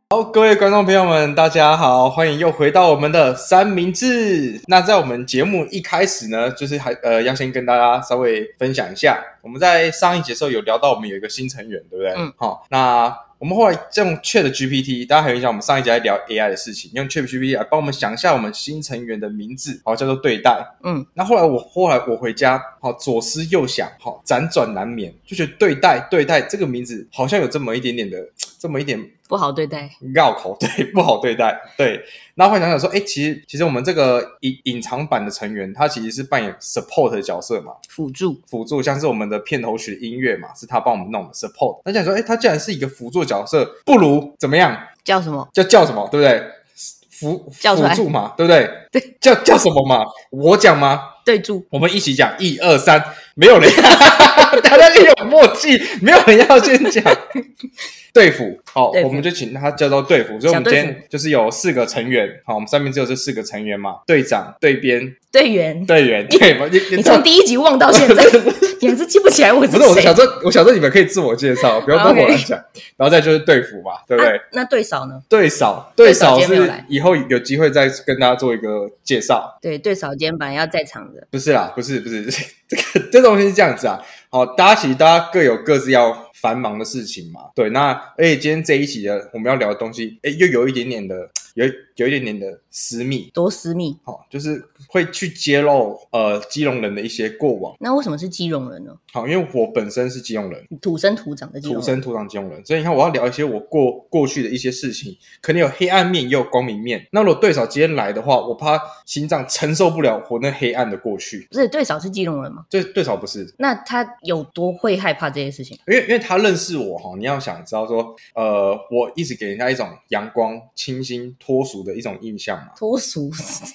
好，各位观众朋友们，大家好，欢迎又回到我们的三明治。那在我们节目一开始呢，就是要先跟大家稍微分享一下，我们在上一节的时候有聊到我们有一个新成员，对不对？好，那我们后来用 ChatGPT， 大家还有印象，我们上一节在聊 AI 的事情，用 ChatGPT 来帮我们想一下我们新成员的名字，好，叫做对待。那后来我回家，好，左思右想，好，辗转难眠，就觉得对待这个名字好像有这么一点不好对待， 绕口，对，不好对待，对。然后后来想想说，其实我们这个隐藏版的成员，他其实是扮演 support 的角色嘛，辅助，像是我们的片头曲的音乐嘛，是他帮我们弄的 support。那想说，他既然是一个辅助角色，不如怎么样？ 叫什么？ 叫什么？对不对？辅助嘛，对不对？ 对， 叫什么嘛？我讲吗？ 对助， 我们一起讲，1、2、3，没有人，大家有默契，没有人要先讲。队辅，好，我们就请他叫做队辅，所以我们今天就是有4个成员，好，我们上面只有这4个成员嘛，队长、队编、 队员， 对嘛？ 你从第一集忘到现在，你还是记不起来我是谁？ 不是，我想说你们可以自我介绍，不要跟我乱讲。然后再就是队辅嘛，对不对？ 那队嫂呢？队嫂是以后有机会再跟大家做一个介绍。 对，队嫂今天本来要在场的， 不是啦，不是，这东西是这样子啊。好，大家各有各自要繁忙的事情嘛，对。那而且今天这一集的我们要聊的东西，又有一点点的私密， 多私密？ 好，就是会去揭露基隆人的一些过往。 那为什么是基隆人呢？ 好，因为我本身是基隆人， 土生土长的基隆人， 土生土长基隆人，所以你看我要聊一些我过去的一些事情，可能有黑暗面也有光明面。那如果队嫂今天来的话，我怕心脏承受不了我那黑暗的过去。 不是，队嫂是基隆人吗？ 队嫂不是。 那他有多会害怕这些事情？ 因为他认识我哈，你要想知道说，我一直给人家一种阳光、清新、脱俗的一种印象嘛。脱俗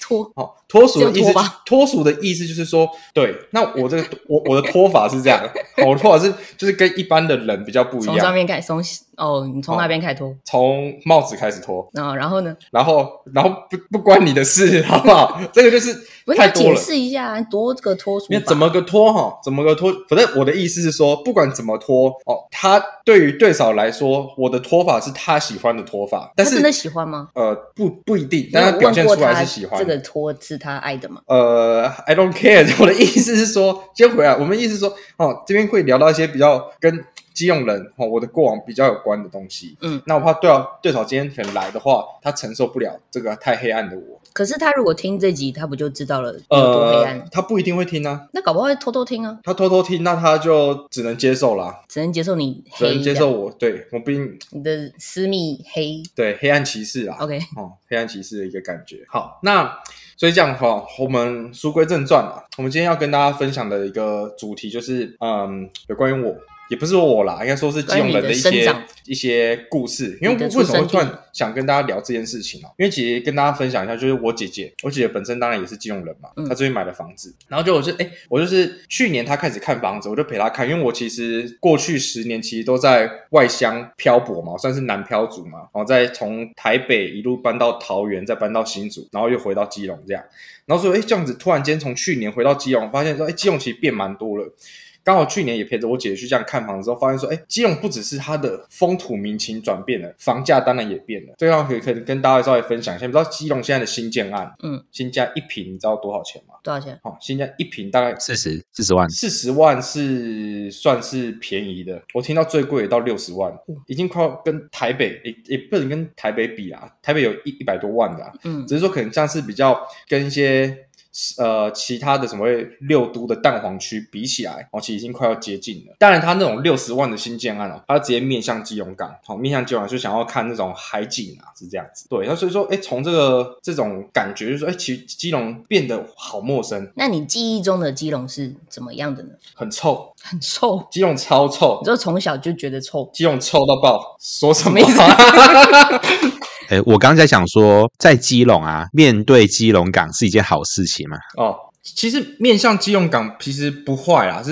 的意思就是说，对，那我的脱法是这样，我的脱法就是跟一般的人比较不一样。 从上面开始你从那边开始脱， 从帽子开始脱。 然后呢？ 然后不关你的事，好不好？这个就是太多了。 解释一下，多个脱俗法。 怎么个脱？反正我的意思是说，不管怎么脱他对于队嫂来说，我的脱法是他喜欢的脱法。但是他真的喜欢吗？ 不一定，但他表现出来是喜欢。 这个脱是他爱的吗 ？I don't care。我的意思是说，先回来，我们意思是说，这边会聊到一些比较跟基隆人我的过往比较有关的东西。那我怕队嫂今天可能来的话，他承受不了这个太黑暗的我。 可是他如果听这集，他不就知道了有多黑暗？ 他不一定会听啊。 那搞不好会偷偷听啊。 他偷偷听，那他就只能接受啦。 只能接受你黑， 只能接受我，对，我毕竟你的私密黑， 对，黑暗骑士啦。 OK， 黑暗骑士的一个感觉。好，那所以这样我们书归正传啦。我们今天要跟大家分享的一个主题就是有关于我。也不是我啦，应该说是基隆人的一些故事。因为为什么会突然想跟大家聊这件事情啊？因为其实跟大家分享一下，就是我姐姐本身当然也是基隆人嘛，她最近买了房子，然后我就是去年她开始看房子，我就陪她看，因为我其实过去10年其实都在外乡漂泊嘛，我算是南漂族嘛，然后再从台北一路搬到桃园，再搬到新竹，然后又回到基隆这样，然后说这样子突然间从去年回到基隆，发现说基隆其实变蛮多了。刚好去年也陪着我姐姐去这样看房之后，发现说，基隆不只是它的风土民情转变了，房价当然也变了。这样可以跟大家稍微分享一下，你知道基隆现在的新建案，新价1坪，你知道多少钱吗？ 多少钱？ 新价1坪大概 40万 ，40万是算是便宜的。我听到最贵也到60万，已经快要跟台北也不能跟台北比啦，台北有100多万的只是说可能像是比较跟一些。其他的什么6都的蛋黄区比起来，其实已经快要接近了。当然，他那种60万的新建案他直接面向基隆港，面向基隆港就想要看那种海景是这样子。对，那所以说，从这种感觉，就是说，其实基隆变得好陌生。 那你记忆中的基隆是怎么样的呢？ 很臭，基隆超臭。 你说从小就觉得臭， 基隆臭到爆，说什么？ 我刚才想说，在基隆面对基隆港是一件好事情嘛？ 其实面向基隆港其实不坏啦，是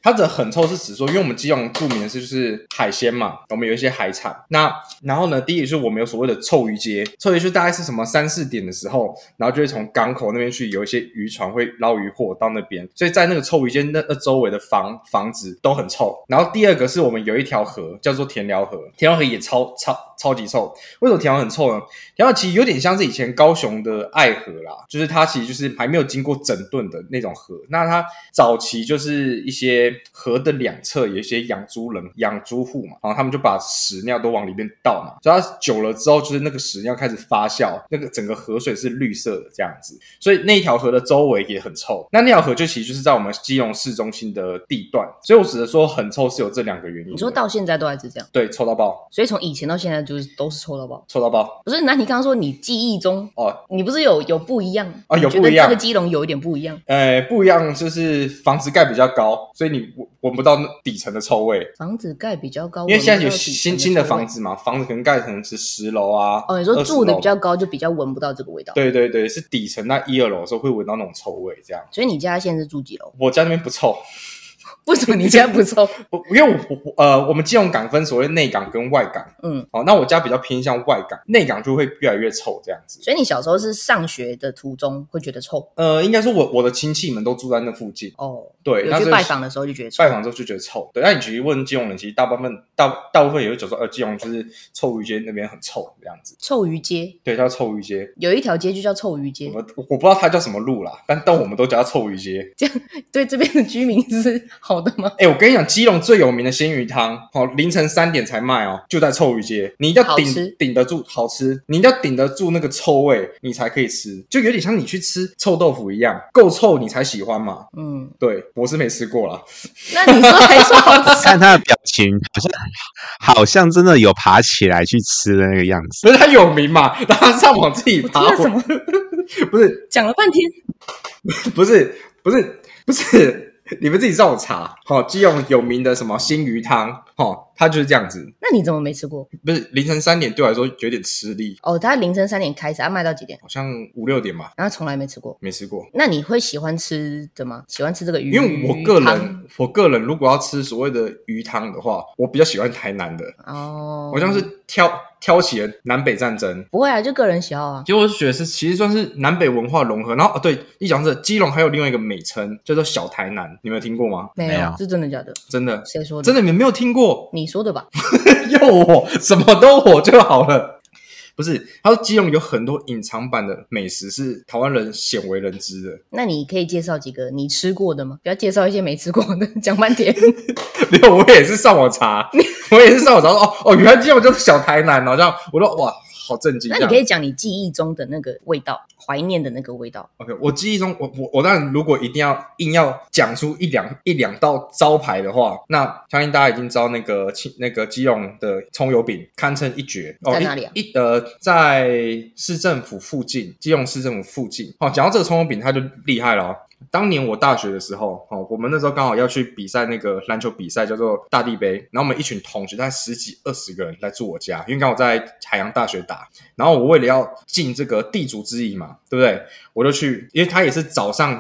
它的很臭是指说，因为我们基隆著名的是就是海鲜嘛，我们有一些海产。那然后呢，第一个就是我们有所谓的臭鱼街，臭鱼街大概是什么3-4点的时候，然后就会从港口那边去有一些渔船会捞鱼货到那边，所以在那个臭鱼街那周围的房子都很臭。然后第二个是我们有一条河叫做田寮河，田寮河也超级臭。为什么田寮很臭呢？田寮其实有点像是以前高雄的爱河啦，就是它其实就是还没有经过整顿的那种河。那它早期就是一些河的两侧有一些养猪户嘛，然后他们就把屎尿都往里面倒嘛，所以它久了之后，就是那个屎尿开始发酵，那个整个河水是绿色的这样子，所以那一条河的周围也很臭。那条河就其实就是在我们基隆市中心的地段，所以我指的说很臭是有这2个原因。 你说到现在都还是这样？ 对，臭到爆。 所以从以前到现在就是都是臭到爆。 臭到爆。 不是，那你刚刚说你记忆中你不是有不一样啊？有不一样。 觉得这个基隆有一点不一样。 不一样就是房子盖比较高，所以你闻不到底层的臭味。 房子盖比较高， 因为现在有新的房子嘛，房子可能盖成是10楼啊。 你说住的比较高就比较闻不到这个味道。 对对对，是底层那1、2楼的时候会闻到那种臭味这样。 所以你家现在是住几楼？ 我家那边不臭。 为什么你家不臭？ 因为我们基隆港分所谓内港跟外港，那我家比较偏向外港，内港就会越来越臭这样子。 所以你小时候是上学的途中会觉得臭？ 应该说我的亲戚们都住在那附近。对， 有去拜访的时候就觉得臭。 拜访之后就觉得臭。对，那你其实问基隆人，其实大部分也会觉得说，基隆就是臭鱼街那边很臭这样子。 臭鱼街？对， 叫臭鱼街。 有一条街就叫臭鱼街。 我不知道它叫什么路啦，但我们都叫它臭鱼街。 这样对这边的居民是好的吗？ 我跟你讲，基隆最有名的鲜鱼汤，凌晨3点才卖就在臭鱼街。你一定要顶得住，好吃，你一定要顶得住那个臭味，你才可以吃。就有点像你去吃臭豆腐一样，够臭你才喜欢嘛。对，我是没吃过啦。 那你说还说好吃？ 看他的表情，好像真的有爬起来去吃的那个样子。 不是他有名嘛，让他上网自己爬。 什么？ 不是讲了半天， 不是。你们自己上网查，基隆有名的什么鲜鱼汤，它就是这样子。 那你怎么没吃过？ 不是凌晨3点对我来说有点吃力。 它凌晨3点开始，它卖到几点？ 好像5、6点吧。 然后从来没吃过。 没吃过。 那你会喜欢吃的吗？喜欢吃这个鱼？ 因为我个人如果要吃所谓的鱼汤的话，我比较喜欢台南的。我像是挑起了南北战争。 不会啊，就个人喜好啊。 其实我是觉得其实算是南北文化融合。然后对，一讲这基隆还有另外一个美称叫做小台南，你们有听过吗？ 没有，是真的假的？ 真的。 谁说的？ 真的，你们没有听过？ 你说的吧。 又我什么都我就好了。不是，他说基隆有很多隐藏版的美食是台湾人鲜为人知的。 那你可以介绍几个你吃过的吗？不要介绍一些没吃过的，讲半天。 没有，我也是上网查，原来基隆就是小台南，然后这样，我说哇，好震惊。 那你可以讲你记忆中的那个味道，怀念的那个味道。 OK， 我记忆中，我当然如果硬要讲出一两道招牌的话，那相信大家已经知道那个基隆的葱油饼堪称一绝。 在哪里啊？ 在市政府附近，基隆市政府附近。讲到这个葱油饼，它就厉害了。当年我大学的时候，我们那时候刚好要去比赛那个篮球比赛，叫做大地杯。然后我们一群同学，大概10几20个人来住我家，因为刚好在海洋大学打。然后我为了要尽这个地主之谊嘛，对不对？我就去，因为他也是早上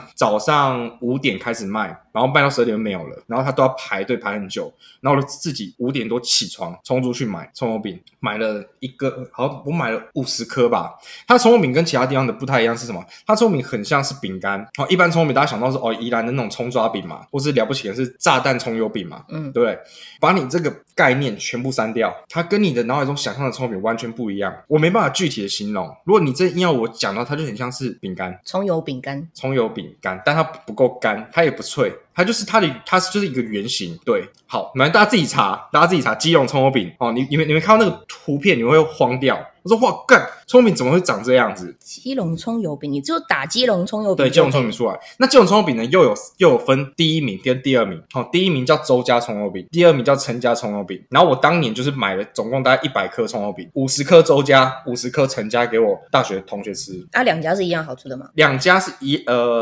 5点开始卖，然后卖到12点就没有了，然后他都要排队排很久。然后我就自己5点多起床，冲出去买葱油饼，买了一个，好像我买了50颗吧。它葱油饼跟其他地方的不太一样是什么？它葱油饼很像是饼干。一般葱油饼大家想到是宜兰的那种葱抓饼嘛，或是了不起的是炸弹葱油饼嘛，对不对？把你这个概念全部删掉，它跟你的脑海中想象的葱油饼完全不一样。我没办法具体的形容，如果你真硬要我讲到，它就很像是饼干， 葱油饼干， 但它不够干，它也不脆，它就是就是一个圆形。对，好，大家自己查基隆葱油饼你们看到那个图片，你会慌掉。我说哇干，葱油饼怎么会长这样子？ 基隆葱油饼，你只有打基隆葱油饼， 对，基隆葱油饼出来。那基隆葱油饼呢，又有分第1名跟第2名。第1名叫周家葱油饼，第2名叫陈家葱油饼。然后我当年就是买了总共大概100颗葱油饼，50颗周家，50颗陈家给我大学同学吃。 2家是一样好吃的吗？ 2家是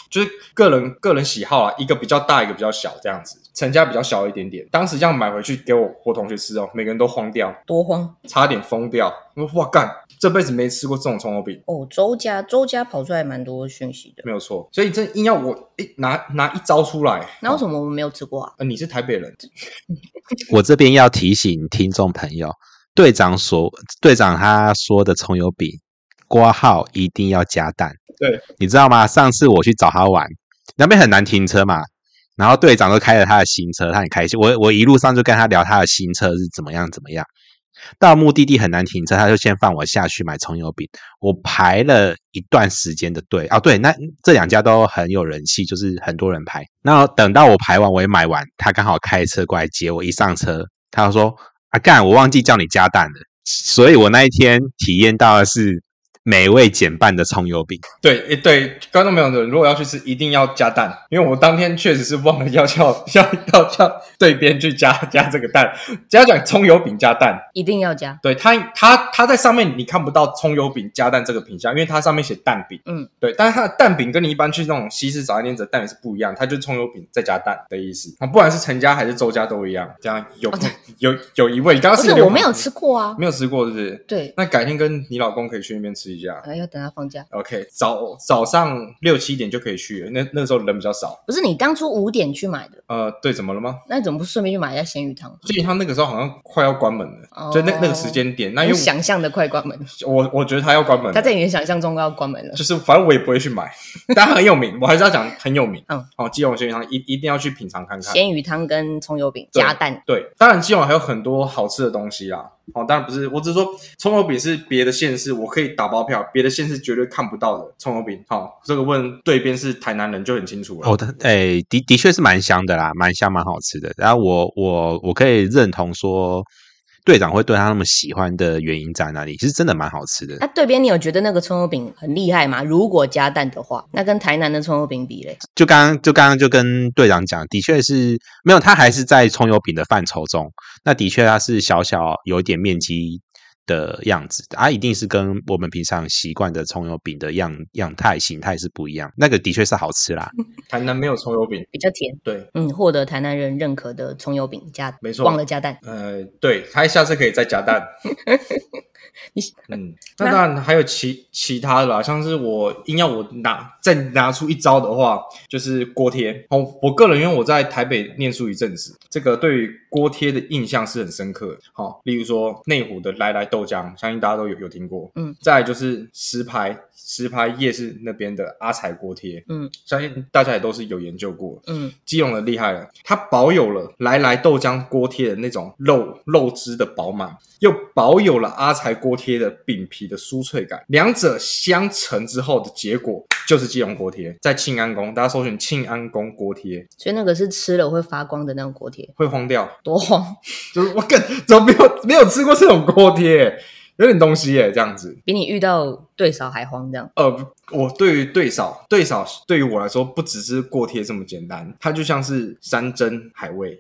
就是个人喜好啦，一个比较大，一个比较小这样子，陈家比较小一点点。当时这样买回去给我同学吃哦，每个人都慌掉， 多慌， 差点疯掉。我说哇干，这辈子没吃过这种葱油饼。 哦，周家跑出来蛮多讯息的， 没有错，所以真硬要我拿一招出来， 那为什么我们没有吃过啊？ 你是台北人， 我这边要提醒听众朋友，队长他说的葱油饼括号一定要加蛋， 对， 你知道吗？上次我去找他玩，那边很难停车嘛，然后队长都开了他的新车，他很开心。我一路上就跟他聊他的新车是怎么样，到目的地很难停车，他就先放我下去买葱油饼。我排了一段时间的队，对，那这2家都很有人气，就是很多人排。那等到我排完，我也买完，他刚好开车过来接我，一上车他就说：“啊干，我忘记叫你加蛋了。”所以我那一天体验到的是美味减半的葱油饼。 对，观众朋友们，如果要去吃，一定要加蛋，因为我当天确实是忘了要叫对边去加这个蛋，只要讲葱油饼加蛋， 一定要加。 对，它在上面你看不到葱油饼加蛋这个品项，因为它上面写蛋饼，对，但是它的蛋饼跟你一般去那种西式早餐店的蛋饼是不一样，它就是葱油饼再加蛋的意思。不管是陈家还是周家都一样，这样有一位，刚刚是我没有吃过啊， 没有吃过是不是？ 对， 那改天跟你老公可以去那边吃一下。 要等他放假。 OK， 早上6、7点就可以去了，那个时候人比较少。 不是你当初5点去买的？ 对，怎么了吗？ 那你怎么不顺便去买一下鲜鱼汤？ 鲜鱼汤那个时候好像快要关门了，就那个时间点。那因为想象的快关门， 我觉得他要关门了， 他在你的想象中要关门了。 就是反正我也不会去买，但很有名，我还是要讲很有名。基隆鲜鱼汤一定要去品尝看看。 鲜鱼汤跟葱油饼加蛋， 对，当然基隆还有很多好吃的东西啦。当然不是，我只是说葱油饼是别的县市，我可以打包票，别的县市绝对看不到的葱油饼。这个问对边是台南人就很清楚了。 的确是蛮香的啦，蛮香蛮好吃的。然后我可以认同说，队长会对他那么喜欢的原因在哪里？其实真的蛮好吃的。 那对边你有觉得那个葱油饼很厉害吗？如果加蛋的话，那跟台南的葱油饼比嘞？ 就刚刚就跟队长讲，的确是没有，他还是在葱油饼的范畴中。那的确它是小有一点面积的样子，一定是跟我们平常习惯的葱油饼的样态形态是不一样。那个的确是好吃啦。 台南没有葱油饼， 比较甜。 对， 获得台南人认可的葱油饼加， 没错， 忘了加蛋。 对，他下次可以再加蛋。那当然还有其他的啦，像是我硬要我再拿出一招的话，就是锅贴。我个人因为我在台北念书一阵子，这个对于锅贴的印象是很深刻的。例如说内湖的来豆浆，相信大家都有听过。再来就是石牌夜市那边的阿财锅贴，相信大家也都是有研究过。基隆的厉害了，它保有了来豆浆锅贴的那种肉汁的饱满，又保有了阿财锅贴的饼皮的酥脆感，两者相乘之后的结果就是基隆锅贴。在庆安宫，大家搜寻庆安宫锅贴， 所以那个是吃了会发光的那种锅贴， 会慌掉， 多慌！ 就是我怎么没有吃过这种锅贴？有点东西耶，这样子比你遇到对嫂还慌这样。 我对于对嫂对于我来说不只是锅贴这么简单，它就像是山珍海味。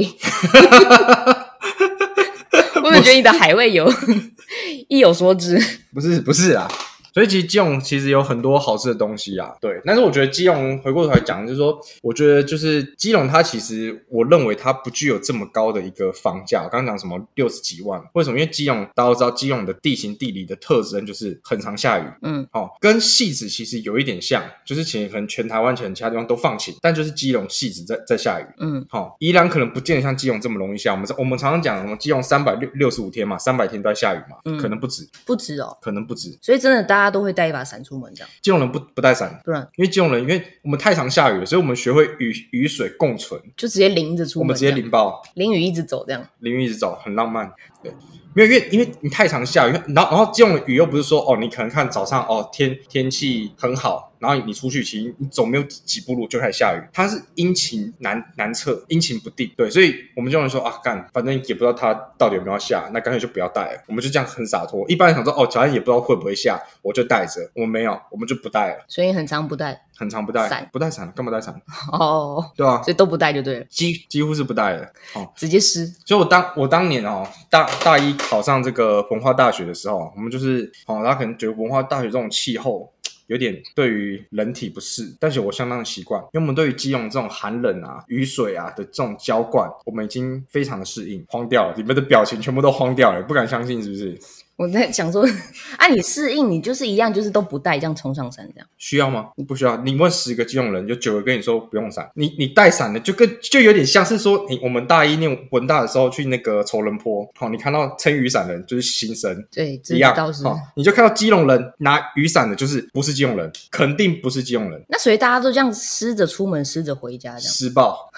我怎么觉得你的海味有意有所指？ 不是啊。所以其实基隆其实有很多好吃的东西啊，对。但是我觉得基隆回过头来讲，就是说，我觉得就是基隆它其实我认为它不具有这么高的一个房价。我刚刚讲什么60几万，为什么？因为基隆大家都知道，基隆的地形地理的特征就是很常下雨，跟汐止其实有一点像，就是其实可能全台湾其他地方都放晴，但就是基隆汐止在下雨，宜兰可能不见得像基隆这么容易下。我们常常讲什么基隆365天嘛，300天都在下雨嘛，可能不止哦，可能不止。 所以真的大家都会带一把伞出门这样。 基隆人不带伞，不然因为基隆人，因为我们太常下雨了，所以我们学会雨水共存， 就直接淋着出门， 我们直接淋爆， 淋雨一直走这样， 淋雨一直走，很浪漫。对，没有，因为你太常下雨，然后基隆的雨又不是说你可能看早上天气很好，然后你出去其实你走没有几步路就开始下雨，它是阴晴难测，阴晴不定。对，所以我们就会说反正也不知道它到底有没有下，那干脆就不要带了，我们就这样很洒脱。一般人想说早上也不知道会不会下，我就带着，我们没有，我们就不带了。 所以很常不带伞，不带伞，干嘛带伞？ 对啊，所以都不带就对了， 几乎是不带的， 直接湿。 所以我当年大一考上这个文化大学的时候，我们就是大家可能觉得文化大学这种气候有点对于人体不适，但是我相当的习惯，因为我们对于基隆这种寒冷啊、雨水啊的这种浇灌，我们已经非常的适应。慌掉了，你们的表情全部都慌掉了，不敢相信是不是？ 我在想说，你适应，你就是一样，就是都不带这样冲上山这样。 需要吗？你不需要。你问10个基隆人，有9个跟你说不用伞。你带伞的就有点像是说，我们大一念文大的时候去那个仇人坡，你看到撑雨伞的人就是新生， 对， 一样。 倒是你就看到基隆人拿雨伞的，就是不是基隆人，肯定不是基隆人。 那所以大家都这样湿着出门，湿着回家，这样湿爆。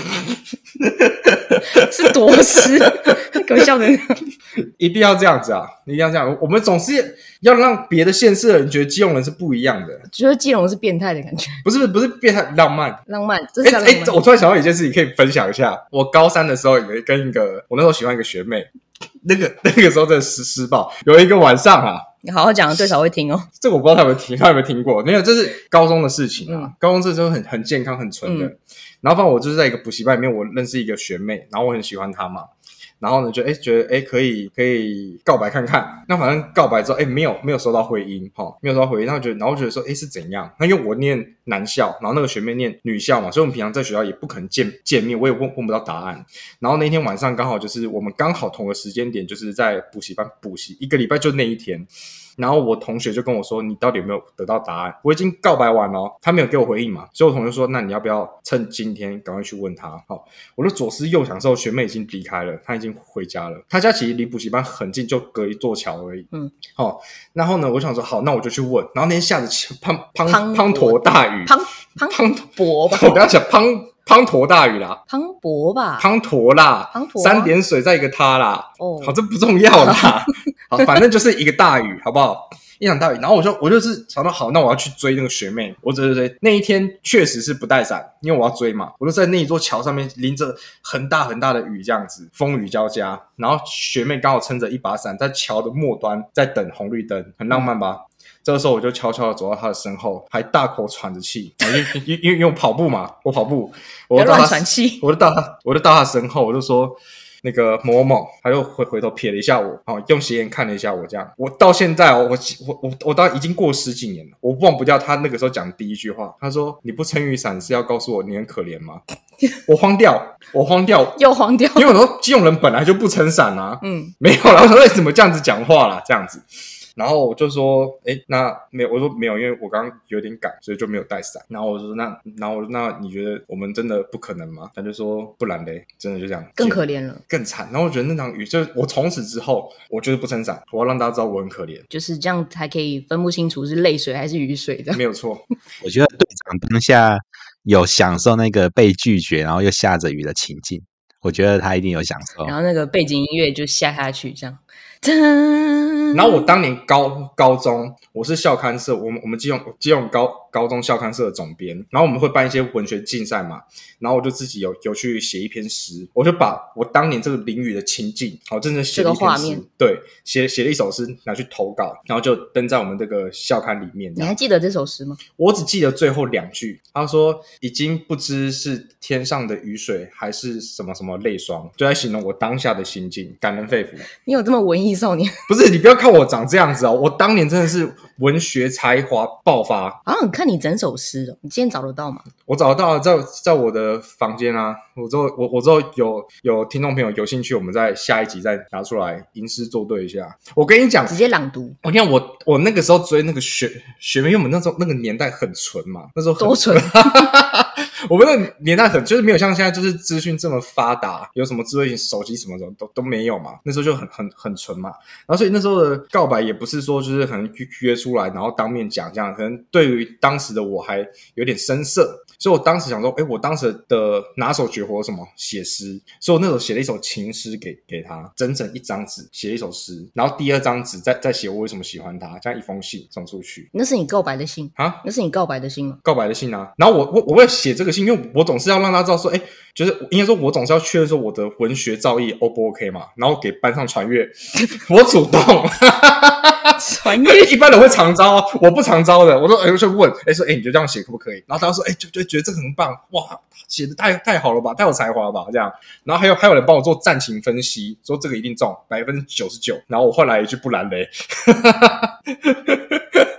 是多湿，给我笑的。 一定要这样子啊！一定要这样。我们总是要让别的县市的人觉得基隆人是不一样的， 觉得基隆是变态的感觉。 不是变态，浪漫， 这是浪漫。 我突然想到一件事情可以分享一下。我高3的时候有跟我那时候喜欢一个学妹，那个时候真的施暴。有一个晚上啊， 你好好讲，对少会听哦。 这个我不知道他有没有听过，没有，这是高中的事情啊。高中这时候很健康很纯的。然后反正我就是在一个补习班里面，我认识一个学妹，然后我很喜欢她嘛。然后呢，觉得可以告白看看。那反正告白之后，没有收到回音，没有收到回音。然后我觉得说，是怎样？那因为我念男校，然后那个学妹念女校嘛，所以我们平常在学校也不可能见面，我也问不到答案。然后那天晚上刚好就是我们刚好同个时间点，就是在补习班补习1个礼拜就那一天。然后我同学就跟我说，你到底有没有得到答案？我已经告白完了，他没有给我回应嘛，所以我同学说，那你要不要趁今天赶快去问他？好，我就左思右想之后，学妹已经离开了，她已经回家了。她家其实离补习班很近，就隔一座桥而已。然后呢，我想说好，那我就去问。然后那天下着滂沱大雨， 滂沱吧， 我不要讲滂沱大雨啦， 滂沱吧， 滂沱啦，3点水在一个他啦。好，这不重要啦。好，反正就是一个大雨，好不好？一场大雨，然后我就是想到好，那我要去追那个学妹。我追那一天确实是不带伞，因为我要追嘛。我就在那一座桥上面淋着很大很大的雨，这样子风雨交加。然后学妹刚好撑着一把伞，在桥的末端在等红绿灯，很浪漫吧？这个时候我就悄悄的走到她的身后，还大口喘着气，因为我跑步嘛，我不要乱喘气， 我就到她身后，我就说。那个某某，他又回头瞥了一下我，用斜眼看了一下我，这样。我到现在我到已经过10几年了，我忘不掉他那个时候讲的第一句话。他说：“你不撑雨伞是要告诉我你很可怜吗？”我慌掉， 又慌掉， 因为我说基隆人本来就不撑伞啊，没有啦，我说怎么这样子讲话啦，这样子。然后我就说，那没有，我说没有，因为我刚刚有点赶，所以就没有带伞。然后我说那你觉得我们真的不可能吗？他就说不然嘞，真的就这样， 更可怜了， 更惨。然后我觉得那场雨，就是我从此之后，我就是不撑伞，我要让大家知道我很可怜， 就是这样才可以分不清楚是泪水还是雨水的， 没有错。 我觉得队长当下有享受那个被拒绝，然后又下着雨的情境。我觉得他一定有享受， 然后那个背景音乐就下下去，这样。 然后我当年高中，我是校刊社，我们基隆高中校刊社的总编，然后我们会办一些文学竞赛嘛，然后我就自己有去写一篇诗，我就把我当年这个淋雨的情境，真正写了一篇诗，对，写了一首诗拿去投稿，然后就登在我们这个校刊里面。 你还记得这首诗吗？ 我只记得最后2句，他说已经不知是天上的雨水还是什么什么泪霜，就在形容我当下的心境，感人肺腑。 你有这么文艺少年？ 不是，你不要看我长这样子哦，我当年真的是文学才华爆发。 好像看你整首诗哦，你今天找得到吗？ 我找得到，在我的房间啊。我之后有听众朋友有兴趣，我们在下一集再拿出来吟诗作对一下。我跟你讲， 直接朗读。 我看我那个时候追那个学妹，因为我们那时候那个年代很纯嘛，那时候多纯。 我们那个年代就是没有像现在就是资讯这么发达，有什么智慧型手机什么的都没有嘛。那时候就很纯嘛。然后所以那时候的告白也不是说就是可能约出来然后当面讲这样，可能对于当时的我还有点生涩。所以我当时想说，我当时的拿手绝活什么写诗，所以我那时候写了一首情诗给他，整整1张纸写了一首诗，然后第2张纸再写我为什么喜欢他，这样一封信送出去。 那是你告白的信啊？ 那是你告白的信吗？ 告白的信啊。然后我会写这个信，因为我总是要让他知道说，就是应该说我总是要确认说我的文学造诣 O 不 OK 嘛，然后给班上传阅，我主动。 传阅一般人会常招哦，我不常招的。我说，我就问，说，你觉得这样写可不可以？然后他说，就觉得这个很棒，哇，写的太好了吧，太有才华了吧，这样。然后还有人帮我做战情分析，说这个一定中99%。然后我后来一句不然嘞。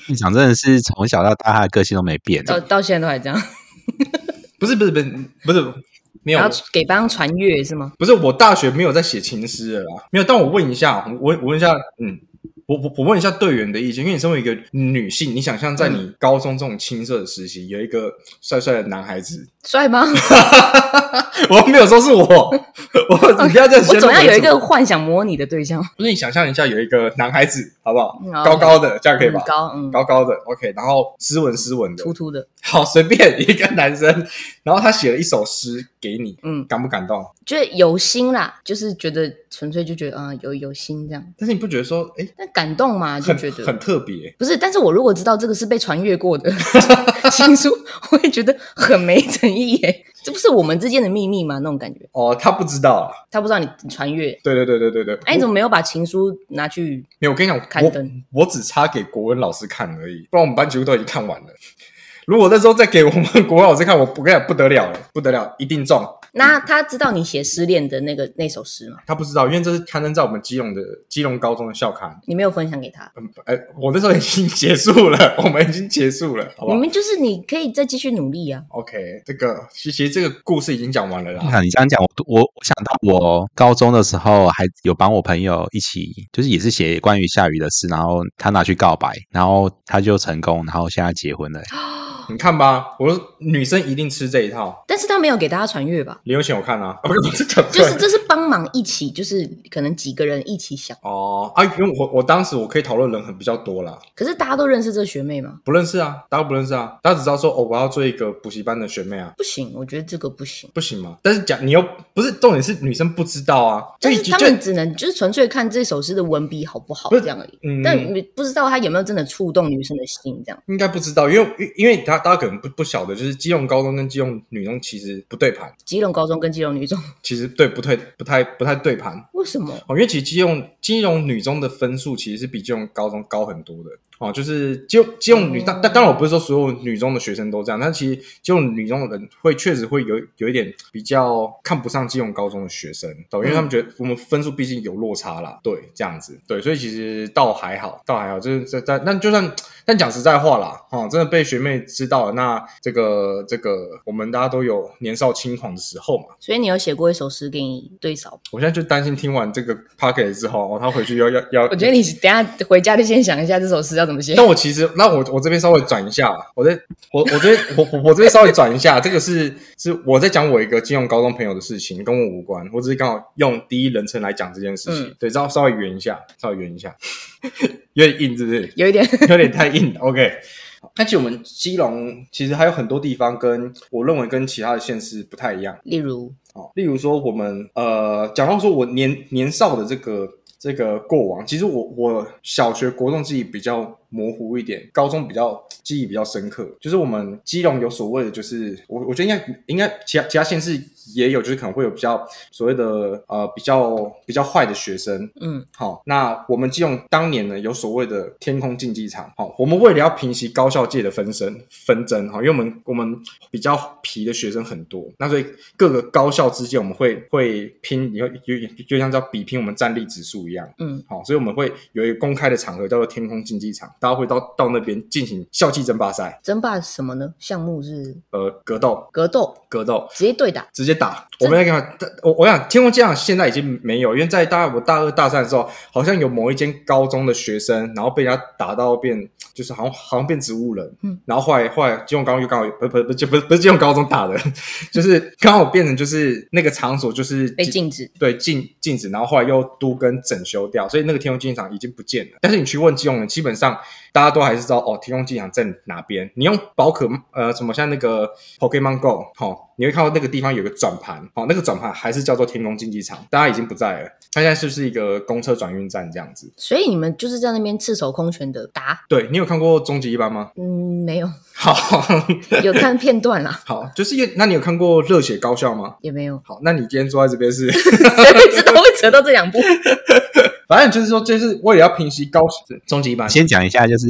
队长真的是从小到大他的个性都没变， 到现在都还这样。 不是没有然后给班上传阅是吗？ 不是我大学没有在写情诗了啦，没有。但我问一下，我问一下，我问一下队员的意见，因为你身为一个女性，你想象在你高中这种青涩的时期，有一个帅帅的男孩子， 帅吗？ 我没有说是我，你不要这样。 我总要有一个幻想模拟的对象。 不是你想象一下，有一个男孩子，好不好？ 哦高高的，这样可以吧？高高的 ，OK， 然后斯文的， 秃秃的。 好，随便一个男生，然后他写了一首诗给你，感不感动？ 觉得有心啦，就是觉得纯粹就觉得有心这样。 但是你不觉得说， 但感动嘛，就觉得很特别。 不是，但是我如果知道这个是被传阅过的情书，我会觉得很没诚意耶。这不是我们之间的秘密吗？那种感觉。 哦，他不知道啊， 他不知道你传阅。 对。 哎，你怎么没有把情书拿去？ 没有，我跟你讲， 刊登。 我只差给国文老师看而已，不然我们班几乎都已经看完了。如果那时候再给我们国文老师看，我跟你讲不得了了，不得了，一定中。 那他知道你写失恋的那首诗吗？ 他不知道，因为这是刊登在我们基隆高中的校刊。你没有分享给他？ 我那时候已经结束了，我们已经结束了，好不好？ 你们就是你可以再继续努力啊。 OK， 其实这个故事已经讲完了啦。 你这样讲，我想到我高中的时候还有帮我朋友一起，就是也是写关于下雨的事，然后他拿去告白，然后他就成功，然后现在结婚了。 你看吧，我说女生一定吃这一套， 但是他没有给大家传阅吧？ 林有贤我看啊，不是就是这是帮忙一起，就是可能几个人一起想因为我当时我可以讨论人比较多啦。 可是大家都认识这学妹吗？ 不认识啊，大家不认识啊，大家只知道说我要做一个补习班的学妹啊。 不行，我觉得这个不行， 不行吗？但是你又不是重点是女生不知道啊， 但是他们只能就是纯粹看这首诗的文笔好不好这样而已，但你不知道他有没有真的触动女生的心这样。 应该不知道，因为大家可能不晓得，就是基隆高中跟基隆女中其实不对盘。 基隆高中跟基隆女中其实不太对盘。 为什么？ 因为其实基隆女中的分数其实是比基隆高中高很多的。就是基隆女当然我不是说所有女中的学生都这样，但其实基隆女中的人确实会有一点比较看不上基隆高中的学生，因为他们觉得我们分数毕竟有落差啦，对，这样子，对，所以其实倒还好，就是但就算但讲实在话啦，真的被学妹知道了，那这个我们大家都有年少轻狂的时候嘛。 所以你有写过一首诗给你对嫂？ 我现在就担心听完这个 podcast 之后，他回去要。 我觉得你等一下回家就先想一下这首诗要怎么写。 那我其实，我这边稍微转一下，我这边稍微转一下，这个是我在讲我一个基隆高中朋友的事情，跟我无关，我只是刚好用第一人称来讲这件事情，对，稍微圆一下，有点硬，是不是？有点太硬了 ，OK。但其实我们基隆其实还有很多地方跟我认为跟其他的县市不太一样， 例如说我们讲到说我年少的这个过往，其实我小学国中记忆比较模糊一点，高中记忆比较深刻。就是我们基隆有所谓的，就是我觉得应该其他县市也有，就是可能会有比较所谓的比较坏的学生。好，那我们基隆当年呢有所谓的天空竞技场。好，我们为了要平息高校界的纷争，因为我们比较皮的学生很多，那所以各个高校之间我们会拼，就像叫比拼我们战力指数一样。好，所以我们会有一个公开的场合叫做天空竞技场，大家会到那边进行校际争霸赛。 争霸什么呢？项目是格斗， 直接对打， 直接打。我们来看，我想天空竞技场现在已经没有，因为在我大二大三的时候，好像有某一间高中的学生，然后被人家打到变，就是好像变植物人。然后后来基隆高中就刚好不是基隆高中打的，就是刚好变成就是那个场所就是被禁止， 对，禁止，然后后来又都跟整修掉，所以那个天空竞技场已经不见了。但是你去问基隆人，基本上大家都还是知道天空竞技场在哪边。你用宝可什么像那个 Pokemon Go 你会看到那个地方有个转盘，那个转盘还是叫做天空竞技场，大家已经不在了，它现在就是一个公车转运站这样子。 所以你们就是在那边赤手空拳的打？ 对，你有看过终极一班吗？ 没有。 好， 有看片段啦。 好，就是那你有看过热血高校吗？ 也没有。 好，那你今天坐在这边是谁会知道会扯到这两部？ 反正就是说，就是为了要平息终极一班。 先讲一下，就是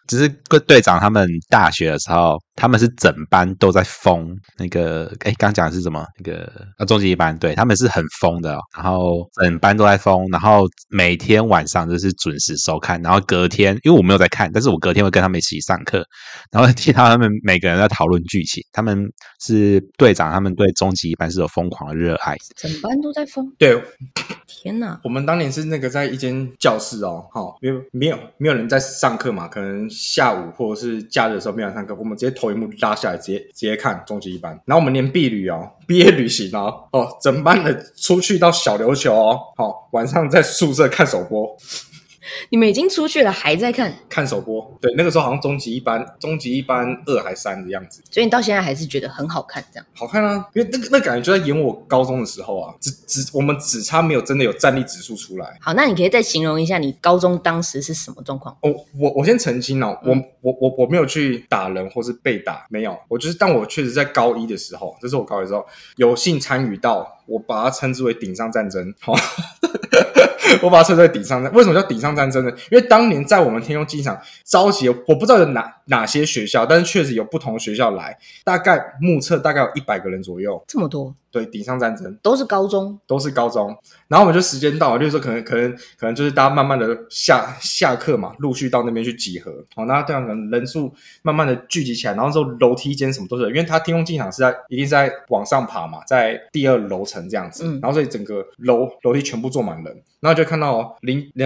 只是队长他们大学的时候，他们是整班都在疯那个，刚讲的是什么？那个终极一班，对，他们是很疯的然后整班都在疯，然后每天晚上就是准时收看，然后隔天，因为我没有在看，但是我隔天会跟他们一起上课，然后听到他们每个人在讨论剧情，他们是队长，他们对终极一班是有疯狂的热爱， 整班都在疯。 对， 天哪！ 我们当年是那个在一间教室因为没有人在上课嘛，可能下午或者是假日的时候没有人上课，我们直接投影幕拉下来，直接看终极一班。然后我们连毕业旅行整班的出去到小琉球晚上在宿舍看首播。 你们已经出去了，还在看首播？对，那个时候好像终极一班2还3的样子， 所以你到现在还是觉得很好看，这样好看啊！因为那感觉就在演我高中的时候啊，我们只差没有真的有战力指数出来。 好，那你可以再形容一下你高中当时是什么状况？ 我先澄清我没有去打人或是被打，没有，但我确实在高一的时候，这是我高一的时候有幸参与到，我把它称之为顶上战争。我把它称之为顶上战争。为什么叫顶上战争呢？因为当年在我们天空机场召集，我不知道有哪些学校，但是确实有不同的学校来，大概目测大概有100个人左右，这么多。 对，顶上战争都是高中， 然后我们就时间到了，就是说可能就是大家慢慢的下课嘛，陆续到那边去集合，那这样可能人数慢慢的聚集起来，然后之后楼梯间什么都是，因为它天空机场一定是在往上爬嘛，在第2楼层这样子，然后所以整个楼梯全部坐满人，然后就看到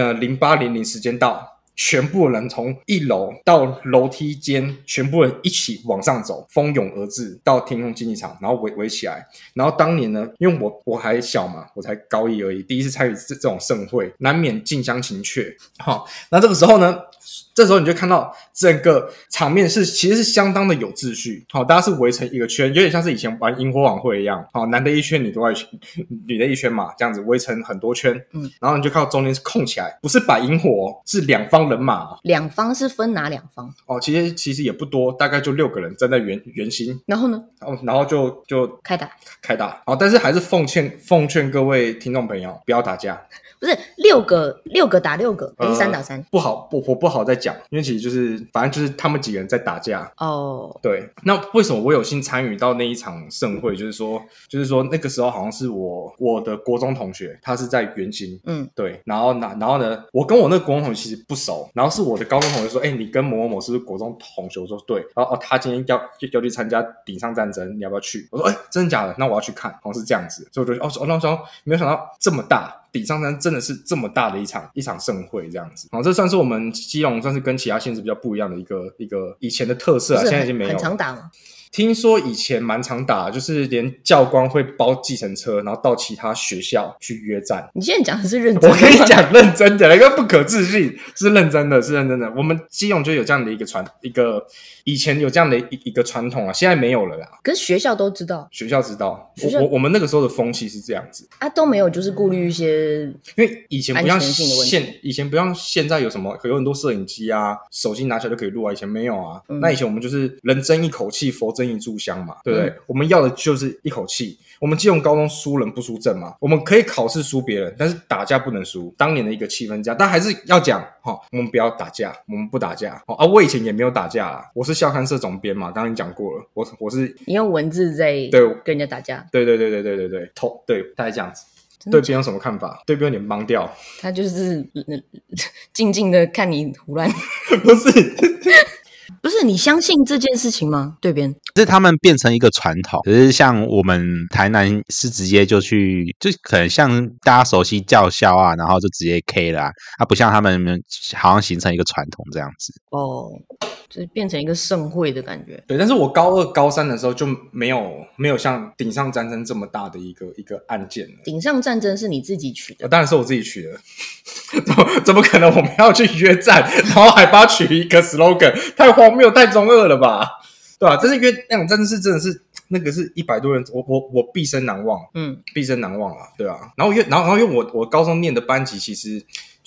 0800时间到。全部人从1楼到楼梯间，全部人一起往上走，蜂拥而至到天空竞技场，然后围起来。然后当年呢，因为我还小嘛，我才高一而已，第一次参与这种盛会，难免近乡情怯。那这个时候呢，你就看到整个场面其实是相当的有秩序，大家是围成一个圈，有点像是以前玩萤火晚会一样，男的一圈，女的一圈嘛，这样子围成很多圈，然后你就看到中间是空起来，不是摆萤火，是2方人马。 2方是分哪2方？ 其实也不多，大概就6个人站在圆心， 然后呢？ 然后就开打，但是还是奉劝各位听众朋友不要打架。 不是6个打6个，还是3打3？ 不好，我不好再讲，因为其实反正就是他们几个人在打架。对。那为什么我有幸参与到那一场盛会？就是说那个时候好像是我的国中同学，他是在圆心，对。然后呢，我跟我那个国中同学其实不熟，然后是我的高中同学说，你跟某某某是不是国中同学？我说对。然后他今天要去参加顶上战争，你要不要去？我说真的假的？那我要去看，好像是这样子。所以我就那时候没有想到这么大。顶上山真的是这么大的一场盛会这样子，这算是我们基隆算是跟其他县市比较不一样的一个以前的特色现在已经没有了。 很常打吗？ 听说以前蛮常打，就是连教官会包计程车，然后到其他学校去约战。 你现在讲的是认真的？ 我跟你讲认真的，一个不可置信，是认真的。我们基隆就有这样的以前有这样的一个传统啊，现在没有了啦。 可是学校都知道， 学校知道，我们那个时候的风气是这样子啊，都没有就是顾虑一些， 因为以前不像现在有什么有很多摄影机啊，手机拿起来就可以录啊，以前没有啊。那以前我们就是人争一口气，佛争一炷香嘛，对不对？我们要的就是一口气。我们基隆高中输人不输阵嘛，我们可以考试输别人，但是打架不能输。当年的一个气氛这样，但还是要讲我们不要打架，我们不打架我以前也没有打架啦，我是校刊社总编嘛，刚刚你讲过了，我是你用文字在跟人家打架， 对，对，大概这样子。对别人有什么看法？对别人有点懵掉， 他就是静静的看你胡乱， 不是。 不是你相信这件事情吗？对边是他们变成一个传统，可是像我们台南是直接就可能像大家熟悉叫嚣啊，然后就直接 K 了不像他们好像形成一个传统这样子就是变成一个盛会的感觉。 对，但是我高2、高3的时候就没有像顶上战争这么大的一个案件了。 顶上战争是你自己取的？ 当然是我自己取的。怎么可能我们要去约战，然后还把它取一个 slogan， 太荒谬太中二了吧，对吧？但是因为那种战争是真的是那个是100多人，我毕生难忘，毕生难忘啊，对啊。然后因为我高中念的班级其实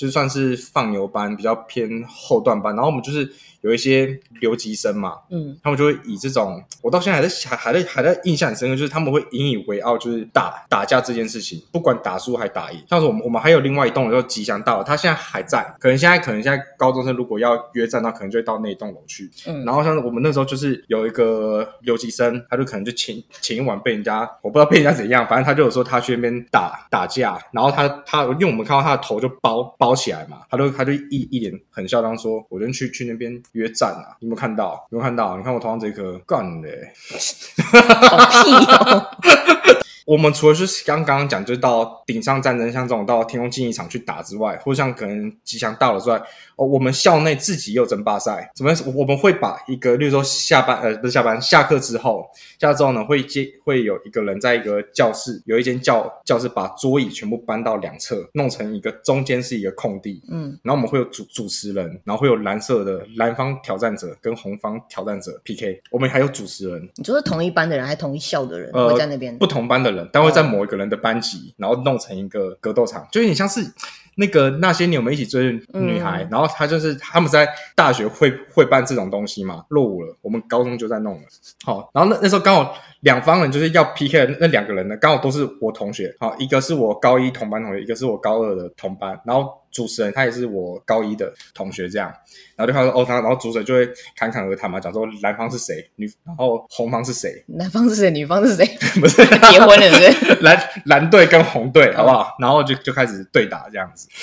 就算是放牛班比较偏后段班，然后我们就是有一些留级生嘛，他们就会以这种，我到现在还在印象很深刻，就是他们会引以为傲，就是打架这件事情，不管打输还打赢。像是我们还有另外一栋叫吉祥大楼，它现在还在，可能现在高中生如果要约战，那可能就会到那栋楼去。然后像是我们那时候就是有一个留级生，他就可能就前一晚被人家，我不知道被人家怎样，反正他就有说他去那边打架，然后他因为我们看到他的头就包起来嘛，他就一脸很嚣张说，我就去那边约战啊，你有没有看到？你看我头上这颗干嘞， 好屁哦！ 我们除了就是刚刚讲，就是到顶上战争，像这种到天空竞技场去打之外，或者像可能吉祥大楼之外，我们校内自己也有争霸赛。怎么样？我们会把一个，例如说下课之后呢，会有一个人在一个教室，有一间教室把桌椅全部搬到两侧，弄成一个中间是一个空地。然后我们会有主持人，然后会有蓝方挑战者跟红方挑战者 PK， 我们还有主持人。 你说是同一班的人还是同一校的人会在那边？ 不同班的人，但会在某一个人的班级，然后弄成一个格斗场，就有点像是那些年我们一起追的女孩，然后他们在大学会办这种东西嘛，落伍了，我们高中就在弄了。好，然后那时候刚好两方人就是要 PK 的那两个人呢，刚好都是我同学。好，一个是我高一同班同学，一个是我高二的同班，然后主持人他也是我高一的同学，这样，然后就看说然后主持人就会侃侃而谈嘛，讲说蓝方是谁，然后红方是谁， 男方是谁，女方是谁？ 不是结婚了，对不对？ 蓝队跟红队，好不好？然后就开始对打这样子。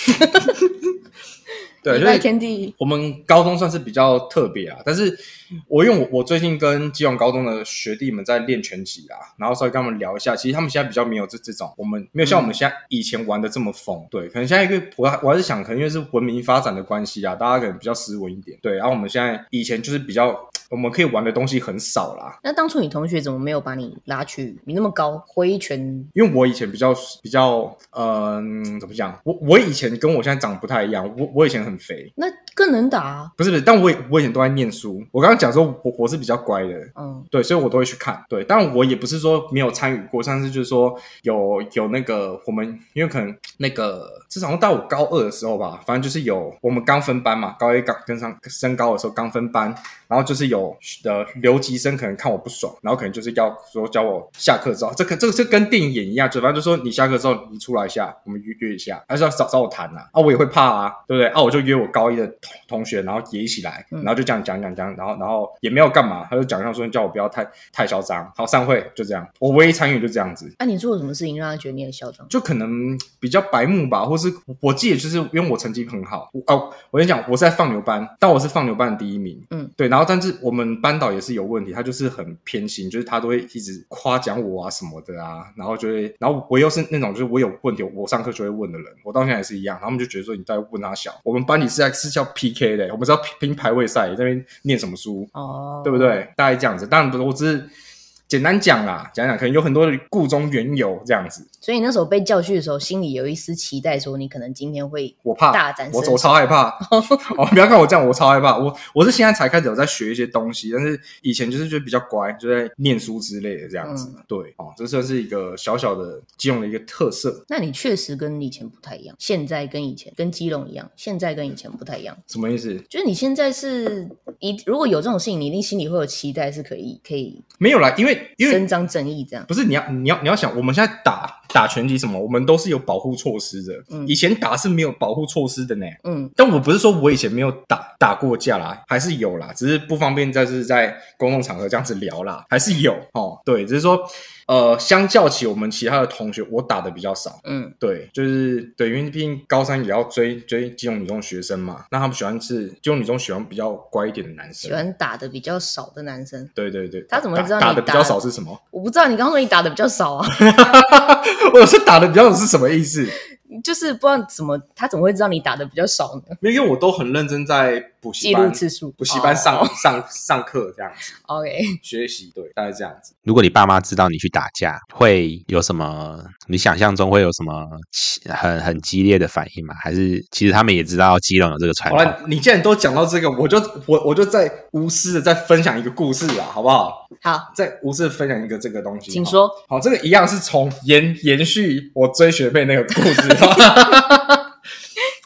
对，就是天地， 我们高中算是比较特别啊，但是因为我最近跟基隆高中的学弟们在练拳击啦，然后稍微跟他们聊一下，其实他们现在比较没有这种，我们没有像我们现在以前玩的这么疯。对，可能现在因为我还是想，可能因为是文明发展的关系啊，大家可能比较斯文一点。对，然后我们现在以前就是比较，我们可以玩的东西很少啦。 那当初你同学怎么没有把你拉去？你那么高，挥拳？ 因为我以前比较怎么讲？我以前跟我现在长得不太一样，我以前很肥。 那更能打啊？ 不是，但我以前都在念书。我刚刚讲说我是比较乖的，对，所以我都会去看。对，但我也不是说没有参与过，但是就是说有那个我们，因为可能那个至少到我高二的时候吧，反正就是有我们刚分班嘛，高一刚跟上升高的时候刚分班，然后就是有留级生可能看我不爽，然后可能就是要说叫我下课之后，这跟电影演一样，就反正就说你下课之后你出来一下，我们约一下，还是要找我谈啊，我也会怕啊，对不对啊？我就约我高一的同学，然后也一起来，然后就这样讲，然后也没有干嘛，他就讲说叫我不要太嚣张，好，散会，就这样，我唯一参与就这样子。 你做了什么事情让他觉得你很嚣张？ 就可能比较白目吧，或是我记得就是因为我成绩很好，我跟你讲，我是在放牛班，但我是放牛班的第一名，对，然后但是我们班导也是有问题，他就是很偏心，就是他都会一直夸奖我啊什么的啊，然后我又是那种就是我有问题我上课就会问的人，我到现在也是一样，然后他们就觉得说你在问他小，我们班里是叫 PK 的，我们是要拼排位赛，在那边念什么书，对不对？大概这样子，当然不是，我只是简单讲啦，讲可能有很多的故中缘由这样子。 所以你那时候被教训的时候，心里有一丝期待，说你可能今天会大展身手。 我超害怕不要看我这样，我超害怕。我是现在才开始有在学一些东西，但是以前就是觉得比较乖，就在念书之类的这样子。对，这算是一个小小的基隆的一个特色。 那你确实跟以前不太一样，现在跟以前跟基隆一样，现在跟以前不太一样。 什么意思？ 就是你现在是如果有这种事情，你一定心里会有期待，是可以没有啦，因为伸张正义这样。 不是你要想，我们现在打拳击什么，我们都是有保护措施的。以前打是没有保护措施的呢。但我不是说我以前没有打过架啦，还是有啦，只是不方便在公共场合这样子聊啦，还是有对，只是说相较起我们其他的同学，我打的比较少。对，就是对，因为毕竟高三也要追基隆女中学生嘛，那他们基隆女中喜欢比我乖一点的男生， 喜欢打的比较少的男生。 对， 他怎么会知道你打的比较少是什么？ 我不知道，你刚刚说你打的比较少啊。 我说打的比较少是什么意思？ 就是不知道他怎么会知道你打的比较少呢？ 因为我都很认真在补习班记录次数， 补习班上课这样子。 OK， 学习，对，大概这样子。 如果你爸妈知道你去打架，会有什么？你想象中会有什么很激烈的反应吗？还是其实他们也知道基隆有这个传统？ 好了，你既然都讲到这个，我就再无私的再分享一个故事啦，好不好？ 好， 再无私的分享一个这个东西， 请说。 好，这个一样是从延续我追学妹那个故事。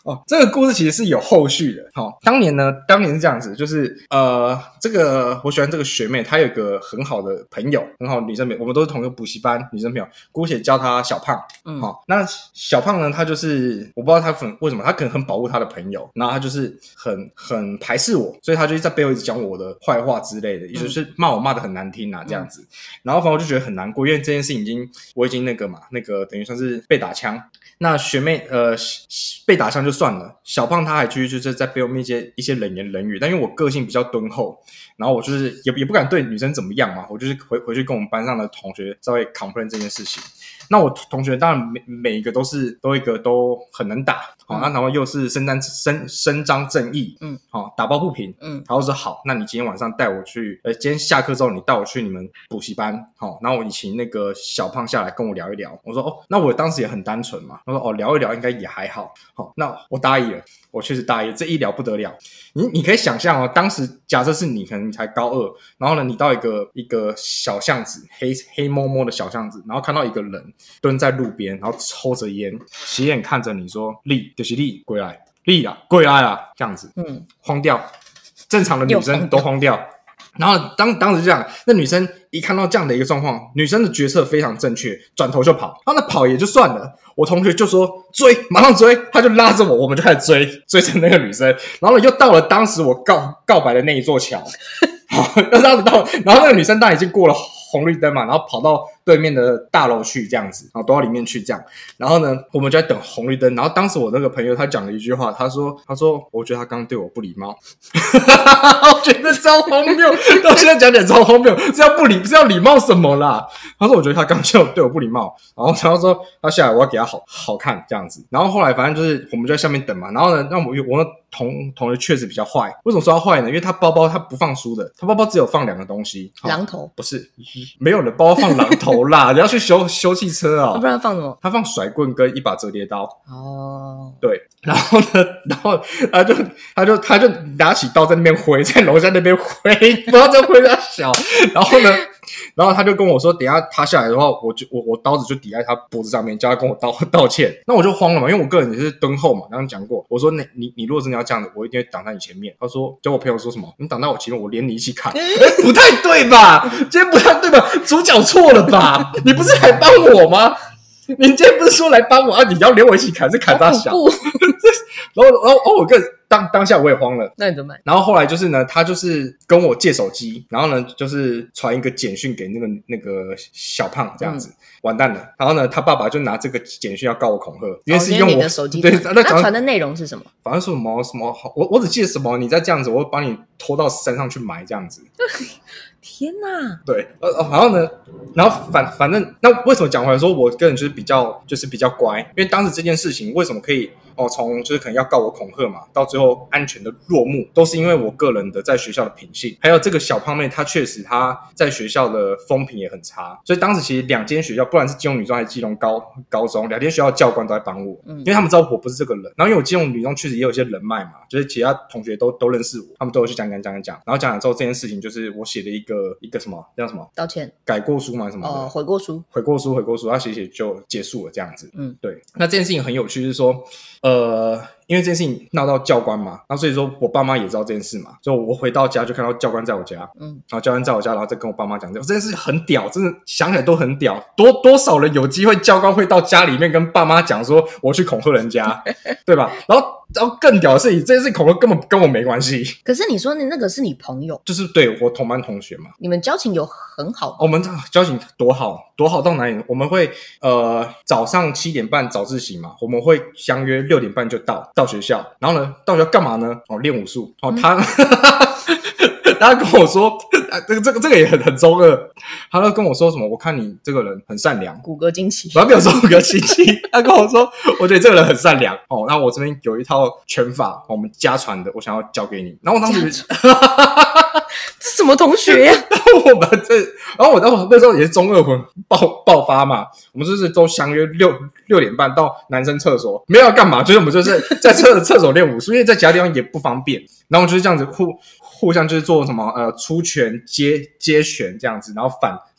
这个故事其实是有后续的。当年是这样子，就是这个我喜欢这个学妹，她有一个很好的朋友，很好的女生朋友，我们都是同一个补习班女生朋友，姑且叫她小胖。那小胖呢，她就是我不知道她为什么，她可能很保护她的朋友，然后她就是很排斥我，所以她就在背后一直讲我的坏话之类的，也就是骂我骂得很难听啊这样子。然后反正我就觉得很难过，因为这件事情我已经那个等于算是被打枪。那学妹被打枪就算了，小胖他还继续就是在背后面一些冷言冷语，但因为我个性比较敦厚，然后我就是也不敢对女生怎么样嘛，我就是回去跟我们班上的同学稍微 complain 这件事情。那我同学当然每一个都很能打，然后又是伸张正义，打抱不平，然后说好，那你今天晚上带我去，今天下课之后你带我去你们补习班，然后我请那个小胖下来跟我聊一聊。我说那我当时也很单纯嘛，我说聊一聊应该也还好，那我大一了，我确实大一，这一聊不得了。你可以想象当时假设是你可能才高2，然后呢你到一个小巷子，黑摸摸的小巷子，然后看到一个人蹲在路边，然后抽着烟，斜眼看着你说你就是你归来，你啦归来啦，这样子，慌掉，正常的女生都慌掉。然后当时这样，那女生一看到这样的一个状况，女生的决策非常正确，转头就跑。那跑也就算了，我同学就说追，马上追，他就拉着我们就开始追着那个女生。然后呢，又到了当时我告白的那一座桥。然后那个女生当然已经过了红绿灯嘛，然后跑到对面的大楼去这样子，然后躲到里面去这样。然后呢，我们就在等红绿灯。然后当时我那个朋友他讲了一句话，他说我觉得他刚刚对我不礼貌。我觉得超荒谬，到现在讲点超荒谬，是要礼貌什么啦？他说我觉得他刚刚对我不礼貌，然后说他下来我要给他好看这样子。然后后来反正就是我们就在下面等嘛。然后呢，那我那同学确实比较坏。为什么说他坏呢？因为他包包他不放书的，他包包只有放2个东西。 榔头？ 不是，没有人包包放榔头啦，你要去修汽车啊。 不然放什么？他放甩棍跟一把折叠刀。对，然后呢，他就拿起刀在那边挥，在楼下那边挥，不知道在挥他小。然后他就跟我说，等一下他下来的话，我刀子就抵在他脖子上面，叫他跟我道歉。那我就慌了嘛，因为我个人也是敦厚嘛，刚刚讲过。我说你如果真的要这样的，我一定会挡在你前面。他说，叫我朋友说什么？你挡在我前面，我连你一起砍。不太对吧？今天不太对吧？主角错了吧？你不是来帮我吗？你今天不是说来帮我啊？你要连我一起砍，是砍他小。然后我当下我也慌了。 那你怎么办？ 然后后来就是呢，他就是跟我借手机，然后呢就是传一个简讯给那个小胖这样子。完蛋了。然后呢，他爸爸就拿这个简讯要告我恐吓，因为是用我的手机。 对， 他传的内容是什么？ 反正说什么，我只记得什么，你再这样子，我会把你拖到山上去埋这样子。 天哪！ 对，然后呢，然后反正那为什么讲回来说，我个人就是比较乖，因为当时这件事情为什么可以从就是可能要告我恐吓嘛，到最后安全的落幕，都是因为我个人的在学校的品性，还有这个小胖妹她确实她在学校的风评也很差，所以当时其实2间学校，不管是基隆女中还是基隆高中，2间学校的教官都在帮我，因为他们知道我不是这个人，然后因为我基隆女中确实也有一些人脉嘛，就是其他同学都认识我，他们都有去讲，然后讲之后这件事情就是我写了一个什么叫什么道歉改过书嘛什么的悔过书， 他写就结束了这样子。对，那这件事情很有趣，就是说因为这件事情闹到教官嘛，那所以说我爸妈也知道这件事嘛，所以我回到家就看到教官在我家，然后教官在我家，然后再跟我爸妈讲这件事很屌，真的想起来都很屌，多少人有机会教官会到家里面跟爸妈讲说我去恐吓人家，对吧？然后更屌的是，这件事恐吓根本跟我没关系。 可是你说你那个是你朋友， 就是对我同班同学嘛。 你们交情有很好？ 我们交情多好到哪里？我们会早上7点半早自习嘛，我们会相约6点半就到学校，然后呢到学校干嘛呢？练武术。他跟我说，这个也很中二。他就跟我说什么？我看你这个人很善良， 骨骼惊奇。 我没有说骨骼惊奇，他跟我说，我觉得这个人很善良那我这边有一套拳法，我们家传的，我想要教给你。然后我当时这什么同学呀？ 然后我那时候也是中二魂爆发嘛，我们就是都相约6点半到男生厕所，没有要干嘛，就是我们就是在厕所练武术，因为在其他地方也不方便。然后我就是这样子互相就是做什么出拳接拳这样子，然后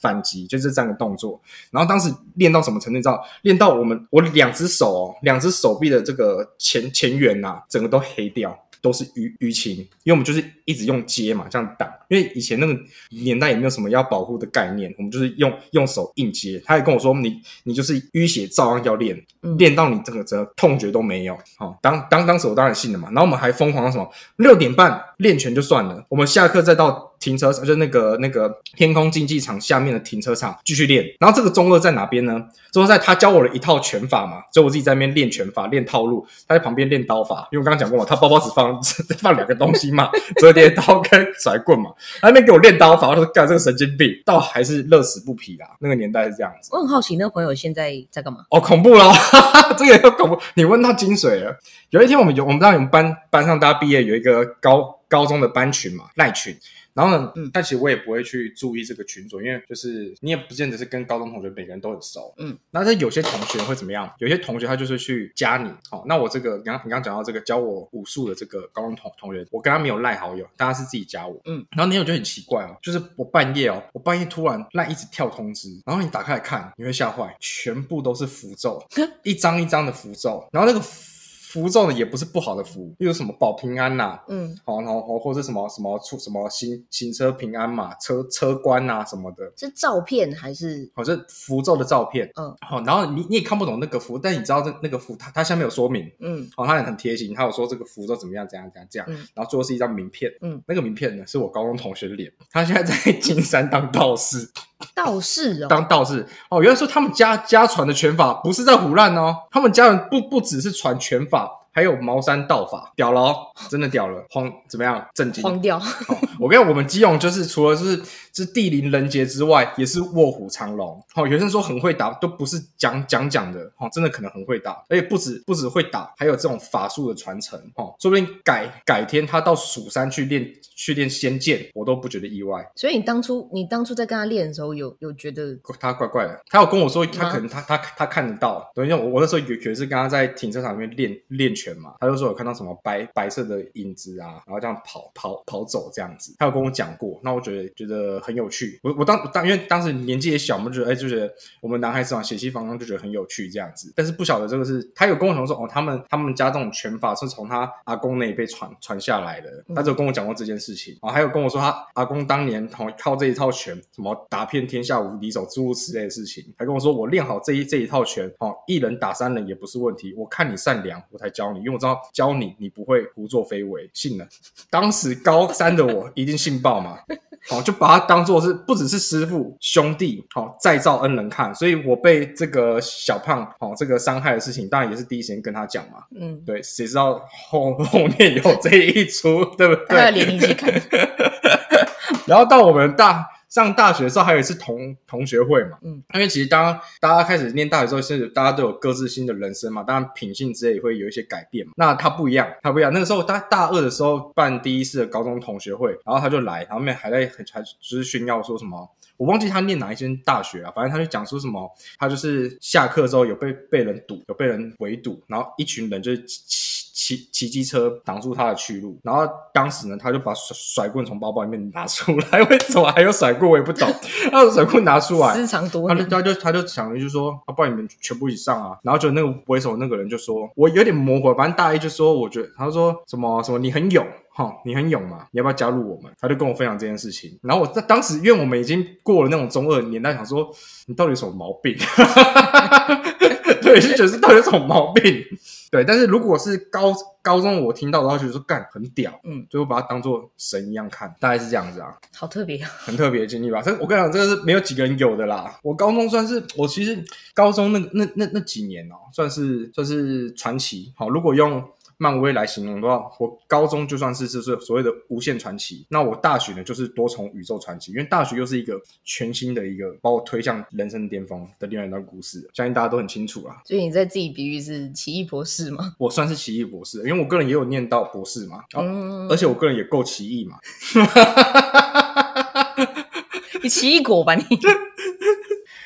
反击，就这3个动作。然后当时练到什么程度？你知道，练到我2只手2只手臂的这个前缘啊，整个都黑掉。都是淤青，因为我们就是一直用接嘛，这样挡。因为以前那个年代也没有什么要保护的概念，我们就是用手硬接。他也跟我说，你就是淤血照样要练，练到你整个痛觉都没有。当时我当然信了嘛。然后我们还疯狂到什么6点半练拳就算了，我们下课再到停车场，就那个天空竞技场下面的停车场继续练。然后这个中二在哪边呢？中二在他教我了一套拳法嘛，所以我自己在那边练拳法练套路，他在旁边练刀法。因为我刚刚讲过嘛，他包包只放2个东西嘛，折叠刀跟甩棍嘛，他那边给我练刀法，我说干这个神经病，倒还是乐此不疲啦。那个年代是这样子。 我很好奇，那个朋友现在在干嘛？ 哦，恐怖咯这个又恐怖，你问到精髓了。有一天我们知道我们班上大家毕业有一个高中的班群嘛，赖群。然后呢，但其实我也不会去注意这个群组，因为就是你也不见得是跟高中同学每个人都很熟。那有些同学会怎么样？有些同学他就是去加你。那我这个你刚讲到这个教我武术的这个高中同学，我跟他没有赖好友，大家是自己加我。然后那天我就很奇怪哦，就是我半夜突然赖一直跳通知，然后你打开来看，你会吓坏，全部都是符咒，一张一张的符咒，然后那个符咒呢也不是不好的符，例如什么保平安呐，然后或者什么出什么行车平安嘛，车关啊什么的， 是照片还是？ 这符咒的照片，然后你也看不懂那个符，但你知道那个符它下面有说明，他很贴心，他有说这个符咒怎么样，怎样，然后最后是一张名片，那个名片呢是我高中同学的脸，他现在在金山当道士。 道士哦， 当道士哦，原来说他们家传的拳法不是在唬烂哦，他们家人不只是传拳法，还有茅山道法，屌了哦，真的屌了，怎么样？震惊， 荒掉。 我跟我们基隆就是除了是地灵人杰之外，也是卧虎藏龙。有些人说很会打，都不是讲的，真的可能很会打，而且不止会打，还有这种法术的传承。说不定改天他到蜀山去练仙剑，我都不觉得意外。 所以你当初在跟他练的时候，有觉得他怪怪的？他有跟我说，他可能他看得到。等一下，我那时候有一次跟他在停车场里面练拳嘛，他就说有看到什么白色的影子啊，然后这样跑走这样子。他有跟我讲过，那我觉得很有趣。我因为当时年纪也小，我们就觉得我们男孩子嘛，血气方刚，就觉得很有趣这样子。但是不晓得这个是他有跟我说他们家这种拳法是从他阿公那一辈传下来的。他就跟我讲过这件事情。还有跟我说他阿公当年靠这一套拳，什么打遍天下无敌手诸如此类的事情。还跟我说我练好这一套拳，一人打3人也不是问题。我看你善良，我才教你，因为我知道教你不会胡作非为。信了，当时高3的我一定信爆嘛。就把他当作是不只是师父兄弟，再造恩人看。所以我被这个小胖这个伤害的事情，当然也是第一时间跟他讲嘛。对，谁知道后面有这一出，对不对？ 他要连一起看。 然后到我们上大学的时候，还有一次同学会嘛，因为其实当大家开始念大学之后，是大家都有各自新的人生嘛，当然品性之类也会有一些改变嘛。那他不一样。那个时候大2的时候办第一次的高中同学会，然后他就来，然后面还就是炫耀说什么，我忘记他念哪一间大学啊，反正他就讲说什么，他就是下课之后有被人堵，有被人围堵，然后一群人就是骑机车挡住他的去路，然后当时呢，他就把甩棍从包包里面拿出来，为什么还有甩棍我也不懂，他把甩棍拿出来， 私藏多年， 他就想就说，不然你们全部一起上啊，然后就那个为首那个人就说，我有点模糊，反正大一就说，我觉得他说什么你很勇。你很勇嘛，你要不要加入我们？他就跟我分享这件事情，然后我当时因为我们已经过了那种中二年代，想说你到底有什么毛病？对，就觉得是到底有什么毛病？对，但是如果是高中我听到的话，觉得说干很屌，就会把它当作神一样看，大概是这样子啊。 好特别， 很特别的经历吧？我跟你讲，这个是没有几个人有的啦。我高中我其实高中那几年算是传奇。如果用漫威来形容的话，我高中就算是所谓的无限传奇，那我大学呢就是多重宇宙传奇，因为大学又是一个全新的一个把我推向人生巅峰的另外一段故事，相信大家都很清楚啦。 所以你在自己比喻是奇异博士吗？ 我算是奇异博士，因为我个人也有念到博士嘛，而且我个人也够奇异嘛。 你奇异果吧你？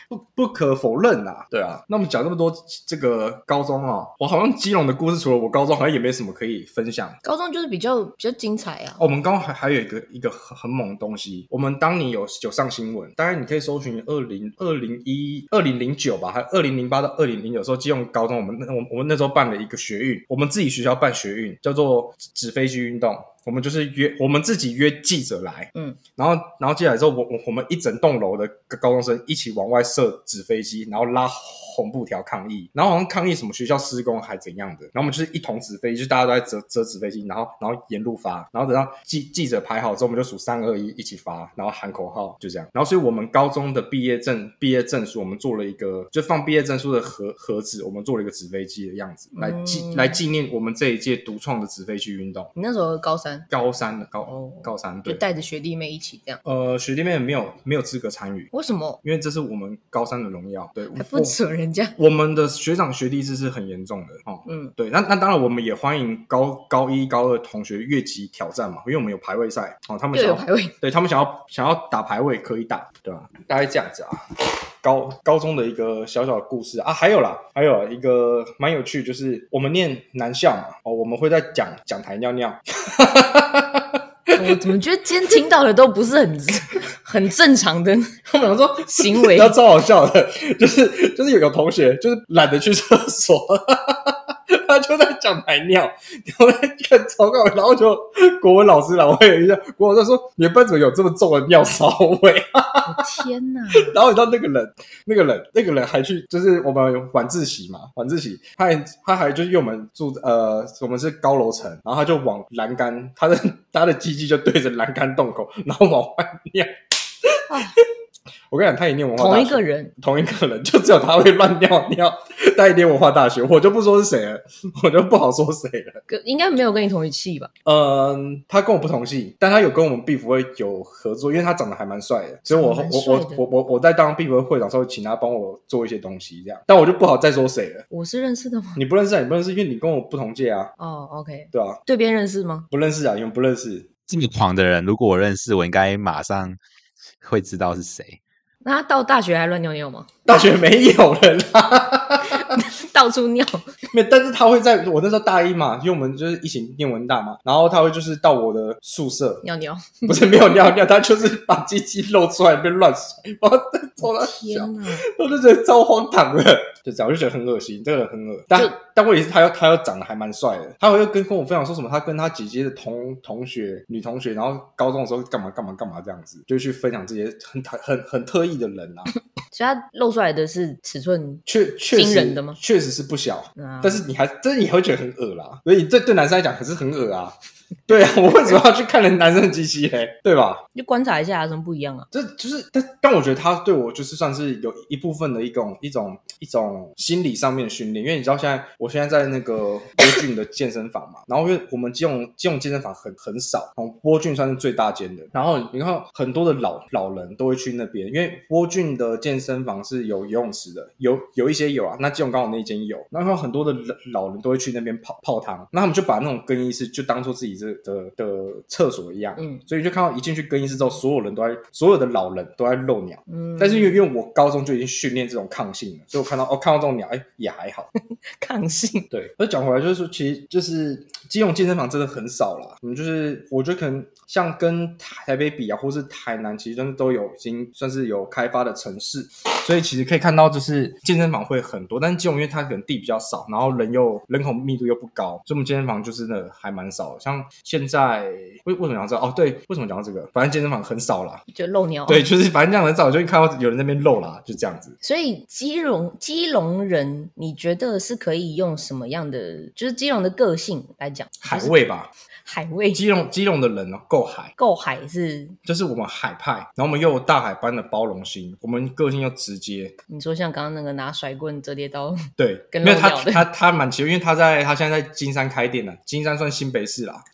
不可否认啦，对啊。那我们讲这么多这个高中啊，我好像基隆的故事，除了我高中好像也没什么可以分享。 高中就是比较精彩啊。 我们高中还有一个很猛的东西，我们当年有上新闻，大概你可以搜寻2009吧，还2008到2009时候，基隆高中我们那时候办了一个学运，我们自己学校办学运，叫做纸飞机运动。我们就是我们自己约记者来，然后记者来之后，我们一整栋楼的高中生一起往外射纸飞机，然后拉红布条抗议，然后好像抗议什么学校施工还怎样的，然后我们就是一桶纸飞机，就是大家都在折纸飞机，然后沿路发，然后等到记者排好之后，我们就数3、2、1一起发，然后喊口号，就这样。然后所以我们高中的毕业证书，我们做了一个就放毕业证书的盒子，我们做了一个纸飞机的样子，来纪念我们这一届独创的纸飞机运动。 你那时候高三对， 就带着学弟妹一起这样。 学弟妹没有资格参与， 为什么？ 因为这是我们高三的荣耀，对， 还不扯人家。 我们的学长学弟制是很严重的对，那当然我们也欢迎高一高二同学越级挑战嘛，因为我们有排位赛他们又有排位， 对，他们想要打排位可以打，对吧？大概这样子啊。高中的一个小小的故事啊，还有一个蛮有趣，就是我们念男校嘛，我们会在讲台尿尿。 我怎么觉得今天听到的都不是很正常的我们想说行为， 超好笑的，就是有同学就是懒得去厕所。他就在讲台尿，然后在看草稿，然后就国文老师啦，我有一下国文老师说：“你的班怎么有这么重的尿骚味？” 天哪！ 然后你知道那个人还去，就是我们晚自习，他还就是因为我们我们是高楼层，然后他就往栏杆，他的鸡鸡就对着栏杆洞口，然后往外尿。我跟你讲，他也念文化大学，同一个人，就只有他会乱尿尿。他也念文化大学，我就不说是谁了，我就不好说谁了。 应该没有跟你同一系吧？ 他跟我不同系，但他有跟我们 Beef 会有合作，因为他长得还蛮帅的，所以我在当 Beef 会长的时候，请他帮我做一些东西，这样。但我就不好再说谁了。 我是认识的吗？ 你不认识，因为你跟我不同届啊。 OK， 对啊。 对边认识吗？ 不认识啊，因为不认识。 这么狂的人，如果我认识，我应该马上会知道是谁。 那他到大学还乱尿尿吗？ 大学没有了啦。 到处尿。 没有，但是他会在我那时候大一嘛，因为我们就是一起念文大嘛，然后他会就是到我的宿舍尿， 不是没有尿尿，他就是把鸡鸡露出来被乱甩，把他抽到小，我就觉得超荒唐的，就这样，我就觉得很恶心，这个人很恶。但问题是他又长得还蛮帅的，他会跟我分享说什么，他跟他姐姐的女同学，然后高中的时候干嘛这样子，就去分享这些很特异的人啊。 所以他露出来的是尺寸惊人的吗？ 确实是不小，但是你还会觉得很恶啦，所以这对男生来讲可是很恶啊。对啊，我为什么要去看人男生的鸡鸡嘞？对吧？ 就观察一下有什么不一样啊？ 这就是，但我觉得他对我就是算是有一部分的一种心理上面的训练，因为你知道我现在在那个波郡的健身房嘛，然后因为我们基隆健身房很少，波郡算是最大间的，然后你看很多的老人都会去那边，因为波郡的健身房是有游泳池的，有一些有啊，那基隆刚好那一间有，然后很多的老人都会去那边泡汤，那他们就把那种更衣室就当做自己的厕所一样，所以就看到一进去更衣室之后，所有的老人都在漏尿，但是因为我高中就已经训练这种抗性了，所以我看到这种鸟，也还好， 抗性。 对，而讲回来就是说，其实就是基隆健身房真的很少啦，就是我觉得可能像跟台北比啊，或是台南，其实真的都有已经算是有开发的城市，所以其实可以看到就是健身房会很多，但是基隆因为它可能地比较少，然后人口密度又不高，所以我们健身房就是真的还蛮少的。像现在为什么讲这个？对，为什么讲到这个？反正健身房很少啦， 就漏尿。 对，就是反正这样很少，就会看到有人在那边漏啦，就这样子。 所以基隆人，你觉得是可以用什么样的，就是基隆的个性来讲？ 海味吧。 海味， 基隆的人够海就是我们海派，然后我们又有大海般的包容心，我们个性又直接。 你说像刚刚那个拿甩棍折叠刀， 对， 跟漏掉的， 他蛮奇怪，因为他现在在金山开店了，金山算新北市啦，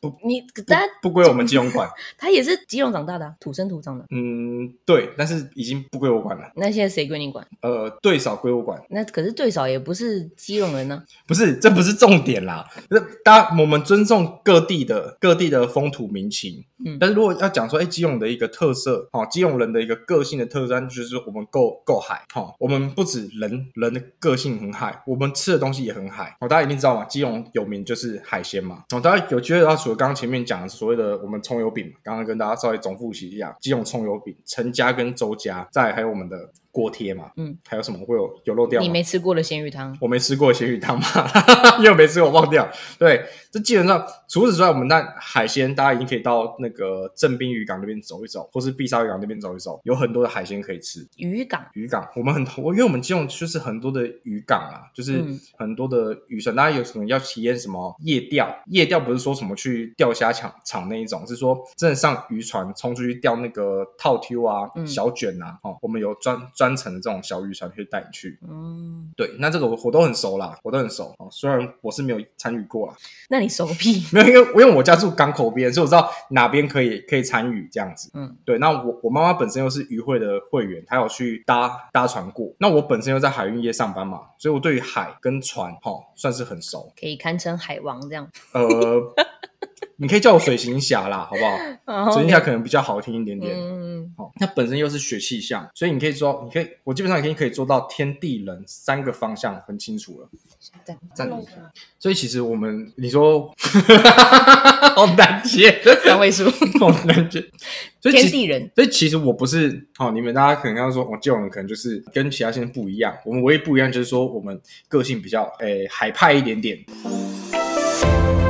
不归我们基隆管。 他也是基隆长大的啊，土生土长的。 对，但是已经不归我管了。 那现在谁归你管？ 队嫂归我管。 那可是队嫂也不是基隆人呢。 不是，这不是重点啦。我们尊重各地的风土民情。但是如果要讲说，基隆的一个特色，基隆人的一个个性的特色，就是我们够海。我们不止人的个性很海，我们吃的东西也很海。大家一定知道嘛，基隆有名就是海鲜嘛。大家有觉得除了刚刚前面讲的所谓的我们葱油饼，刚刚跟大家稍微总复习一下，基隆葱油饼、陈家跟周家，再来还有我们的锅贴嘛，还有什么会有漏掉吗？ 你没吃过的咸鱼汤， 我没吃过咸鱼汤嘛，因为我没吃过，我忘掉。对，这基本上除此之外，我们那海鲜大家已经可以到那个正滨渔港那边走一走，或是碧沙渔港那边走一走，有很多的海鲜可以吃。 渔港， 我们因为我们基隆就是很多的渔港啊，就是很多的渔船，大家有可能要体验什么夜钓不是说什么去钓虾场那一种，是说真的上渔船冲出去钓那个套 Q 啊、小卷啊，我们有专程的这种小渔船可以带你去。对，那这个我都很熟啦，虽然我是没有参与过啦。 那你熟屁？ 没有，因为我家住港口边，所以我知道哪边可以参与这样子。对，那我妈妈本身又是渔会的会员，她有去搭船过。那我本身又在海运业上班嘛，所以我对于海跟船算是很熟， 可以堪称海王这样。 你可以叫我水行侠啦，好不好？水行侠可能比较好听一点点。那本身又是学气象，所以我基本上可以做到天地人3个方向很清楚了。站一下。所以其实你说好难接 ，3位数， 好难接。 天地人， 所以其实我不是你们大家可能要说基隆人可能就是跟其他县不一样，我们唯一不一样就是说我们个性比较海派一点点。